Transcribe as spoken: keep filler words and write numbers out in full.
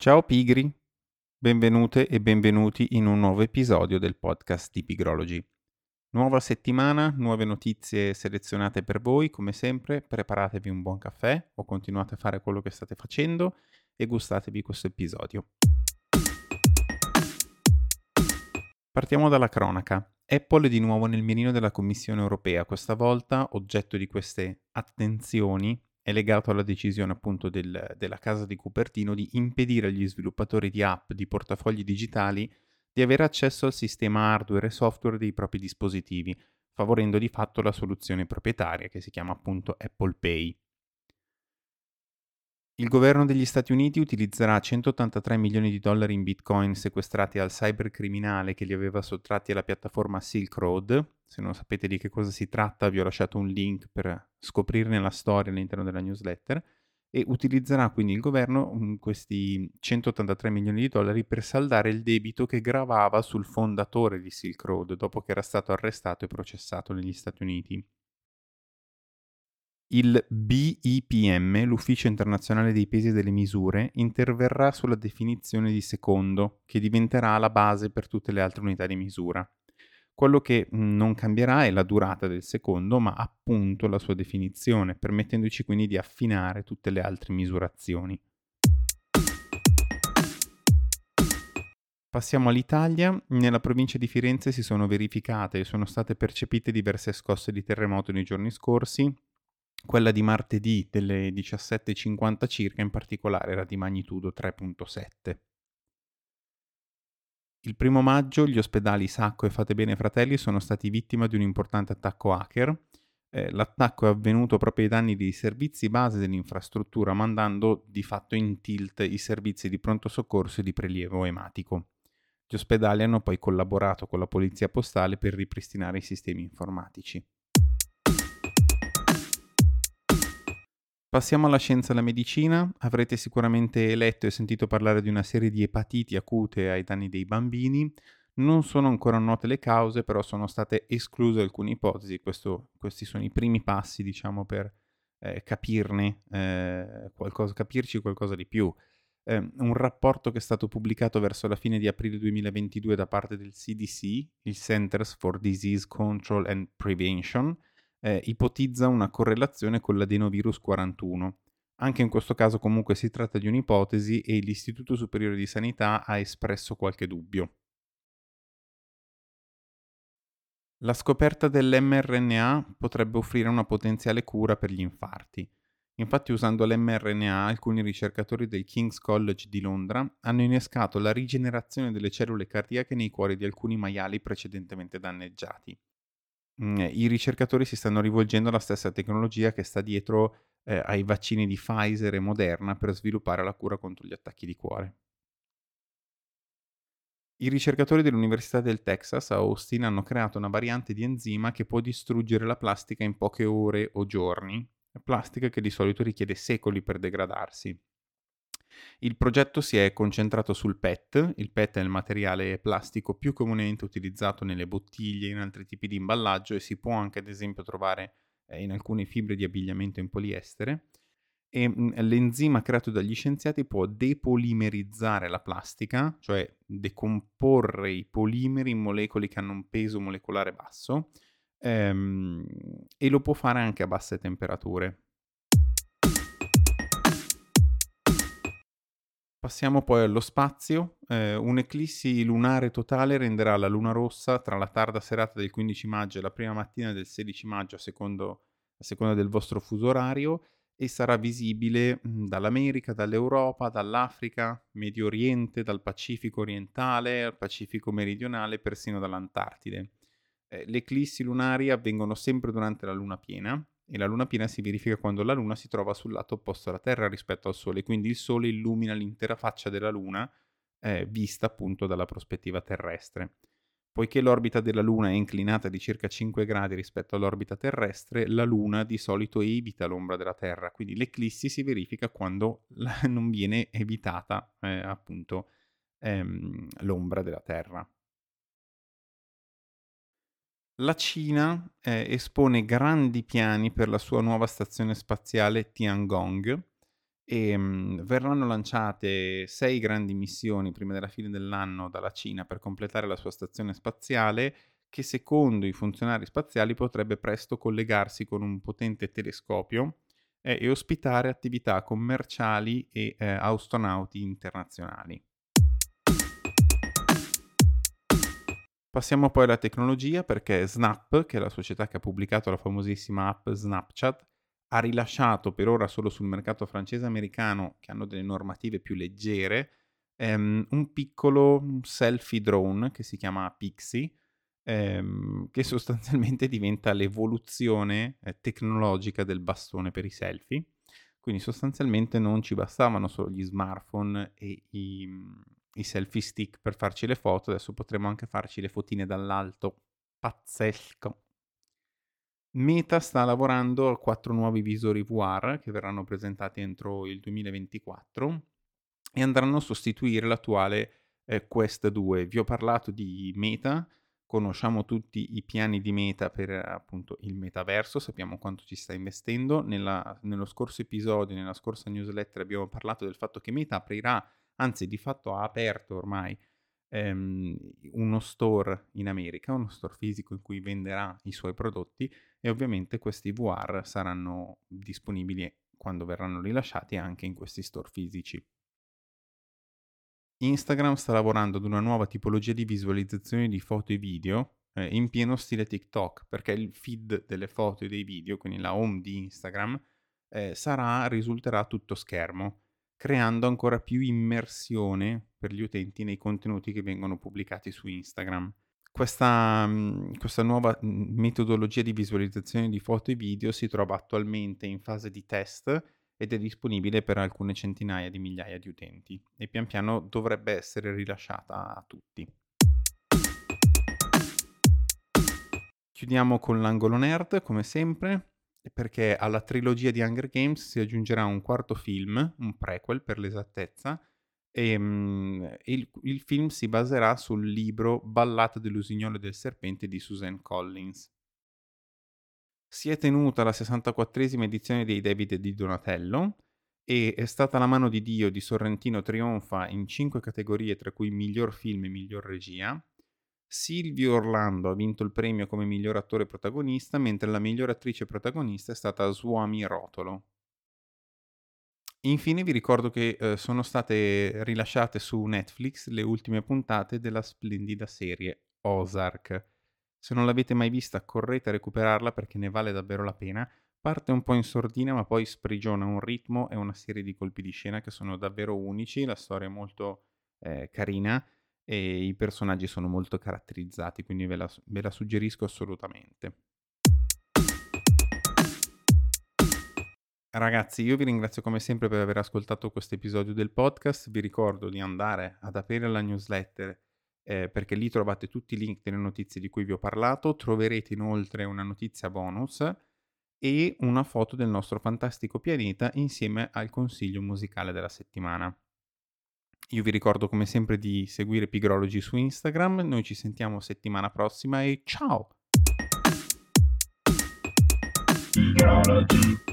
Ciao pigri, benvenute e benvenuti in un nuovo episodio del podcast di Pigrology. Nuova settimana, nuove notizie selezionate per voi, come sempre preparatevi un buon caffè o continuate a fare quello che state facendo e gustatevi questo episodio. Partiamo dalla cronaca. Apple è di nuovo nel mirino della Commissione europea, questa volta oggetto di queste attenzioni è legato alla decisione appunto del- della casa di Cupertino di impedire agli sviluppatori di app di portafogli digitali di avere accesso al sistema hardware e software dei propri dispositivi, favorendo di fatto la soluzione proprietaria che si chiama appunto Apple Pay. Il governo degli Stati Uniti utilizzerà centottantatré milioni di dollari in bitcoin sequestrati al cybercriminale che li aveva sottratti alla piattaforma Silk Road. Se non sapete di che cosa si tratta, vi ho lasciato un link per scoprirne la storia all'interno della newsletter. E utilizzerà quindi il governo um, questi centottantatré milioni di dollari per saldare il debito che gravava sul fondatore di Silk Road dopo che era stato arrestato e processato negli Stati Uniti. Il B I P M, l'Ufficio internazionale dei pesi e delle misure, interverrà sulla definizione di secondo, che diventerà la base per tutte le altre unità di misura. Quello che mh, non cambierà è la durata del secondo, ma appunto la sua definizione, permettendoci quindi di affinare tutte le altre misurazioni. Passiamo all'Italia. Nella provincia di Firenze si sono verificate e sono state percepite diverse scosse di terremoto nei giorni scorsi. Quella di martedì delle diciassette e cinquanta circa in particolare era di magnitudo tre virgola sette. Il primo maggio gli ospedali Sacco e Fatebenefratelli Fratelli sono stati vittima di un importante attacco hacker. Eh, l'attacco è avvenuto proprio ai danni dei servizi base dell'infrastruttura, mandando di fatto in tilt i servizi di pronto soccorso e di prelievo ematico. Gli ospedali hanno poi collaborato con la polizia postale per ripristinare i sistemi informatici. Passiamo alla scienza e alla medicina. Avrete sicuramente letto e sentito parlare di una serie di epatiti acute ai danni dei bambini. Non sono ancora note le cause, però sono state escluse alcune ipotesi. Questo- questi sono i primi passi, diciamo, per eh, capirne eh, qualcosa, capirci qualcosa di più. Eh, un rapporto che è stato pubblicato verso la fine di aprile duemilaventidue da parte del C D C, il Centers for Disease Control and Prevention, eh, ipotizza una correlazione con l'adenovirus quarantuno. Anche in questo caso comunque si tratta di un'ipotesi e l'Istituto Superiore di Sanità ha espresso qualche dubbio. La scoperta dell'mRNA potrebbe offrire una potenziale cura per gli infarti. Infatti, usando l'mRNA, alcuni ricercatori del King's College di Londra hanno innescato la rigenerazione delle cellule cardiache nei cuori di alcuni maiali precedentemente danneggiati. Mm, I ricercatori si stanno rivolgendo alla stessa tecnologia che sta dietro eh, ai vaccini di Pfizer e Moderna per sviluppare la cura contro gli attacchi di cuore. I ricercatori dell'Università del Texas a Austin hanno creato una variante di enzima che può distruggere la plastica in poche ore o giorni, plastica che di solito richiede secoli per degradarsi. Il progetto si è concentrato sul P E T. Il P E T è il materiale plastico più comunemente utilizzato nelle bottiglie e in altri tipi di imballaggio e si può anche ad esempio trovare eh, in alcune fibre di abbigliamento in poliestere. E mh, l'enzima creato dagli scienziati può depolimerizzare la plastica, cioè decomporre i polimeri in molecole che hanno un peso molecolare basso, ehm, e lo può fare anche a basse temperature. Passiamo poi allo spazio. Eh, un'eclissi lunare totale renderà la luna rossa tra la tarda serata del quindici maggio e la prima mattina del sedici maggio, a secondo, a seconda del vostro fuso orario, e sarà visibile mh, dall'America, dall'Europa, dall'Africa, Medio Oriente, dal Pacifico orientale al Pacifico meridionale, persino dall'Antartide. Eh, le eclissi lunari avvengono sempre durante la luna piena e la luna piena si verifica quando la luna si trova sul lato opposto alla Terra rispetto al Sole, quindi il Sole illumina l'intera faccia della luna eh, vista appunto dalla prospettiva terrestre. Poiché l'orbita della Luna è inclinata di circa cinque gradi rispetto all'orbita terrestre, la Luna di solito evita l'ombra della Terra, quindi l'eclissi si verifica quando non viene evitata eh, appunto ehm, l'ombra della Terra. La Cina, ehm, espone grandi piani per la sua nuova stazione spaziale Tiangong Ehm, verranno lanciate sei grandi missioni prima della fine dell'anno dalla Cina per completare la sua stazione spaziale, che secondo i funzionari spaziali potrebbe presto collegarsi con un potente telescopio, eh, e ospitare attività commerciali e, ehm, astronauti internazionali. Passiamo poi alla tecnologia perché Snap, che è la società che ha pubblicato la famosissima app Snapchat, ha rilasciato per ora solo sul mercato francese e americano, che hanno delle normative più leggere, ehm, un piccolo mm, selfie drone che si chiama Pixie, ehm, che sostanzialmente diventa l'evoluzione eh, tecnologica del bastone per i selfie. Quindi sostanzialmente non ci bastavano solo gli smartphone e i, mhmm, i selfie stick per farci le foto, adesso potremo anche farci le fotine dall'alto. Pazzesco. Meta sta lavorando a quattro nuovi visori V R che verranno presentati entro il duemilaventiquattro e andranno a sostituire l'attuale, ehm, Quest due. Vi ho parlato di Meta, conosciamo tutti i piani di Meta per, eh, appunto, il metaverso, sappiamo quanto ci sta investendo. Nella nello scorso episodio, nella scorsa newsletter abbiamo parlato del fatto che Meta aprirà, anzi di fatto ha aperto ormai, ehm, uno store in America, uno store fisico in cui venderà i suoi prodotti e ovviamente questi V R saranno disponibili quando verranno rilasciati anche in questi store fisici. Instagram sta lavorando ad una nuova tipologia di visualizzazione di foto e video, ehm, in pieno stile TikTok, perché il feed delle foto e dei video, quindi la home di Instagram, ehm, sarà risulterà tutto schermo, creando ancora più immersione per gli utenti nei contenuti che vengono pubblicati su Instagram. Questa mhmm, questa nuova, mhmm, metodologia di visualizzazione di foto e video si trova attualmente in fase di test ed è disponibile per alcune centinaia di migliaia di utenti e pian piano dovrebbe essere rilasciata a tutti. Chiudiamo con l'angolo nerd, come sempre, perché alla trilogia di Hunger Games si aggiungerà un quarto film, un prequel per l'esattezza, ehm, il il film si baserà sul libro Ballata dell'usignolo e del serpente di Suzanne Collins. Si è tenuta la sessantaquattresima edizione dei David di Donatello e È stata la mano di Dio di Sorrentino trionfa in cinque categorie, tra cui miglior film e miglior regia. Silvio Orlando ha vinto il premio come miglior attore protagonista, mentre la miglior attrice protagonista è stata Swami Rotolo. Infine vi ricordo che, uhm, sono state rilasciate su Netflix le ultime puntate della splendida serie Ozark. Se non l'avete mai vista correte a recuperarla perché ne vale davvero la pena. Parte un po' in sordina, ma poi sprigiona un ritmo e una serie di colpi di scena che sono davvero unici, la storia è molto, ehm, carina e i personaggi sono molto caratterizzati, quindi ve la s ve la suggerisco assolutamente. Ragazzi, io vi ringrazio come sempre per aver ascoltato questo episodio del podcast. Vi ricordo di andare ad aprire la newsletter, eh, perché lì trovate tutti i link delle notizie di cui vi ho parlato. Troverete inoltre una notizia bonus e una foto del nostro fantastico pianeta insieme al consiglio musicale della settimana. Io vi ricordo come sempre di seguire Pigrology su Instagram. Noi ci sentiamo settimana prossima e ciao!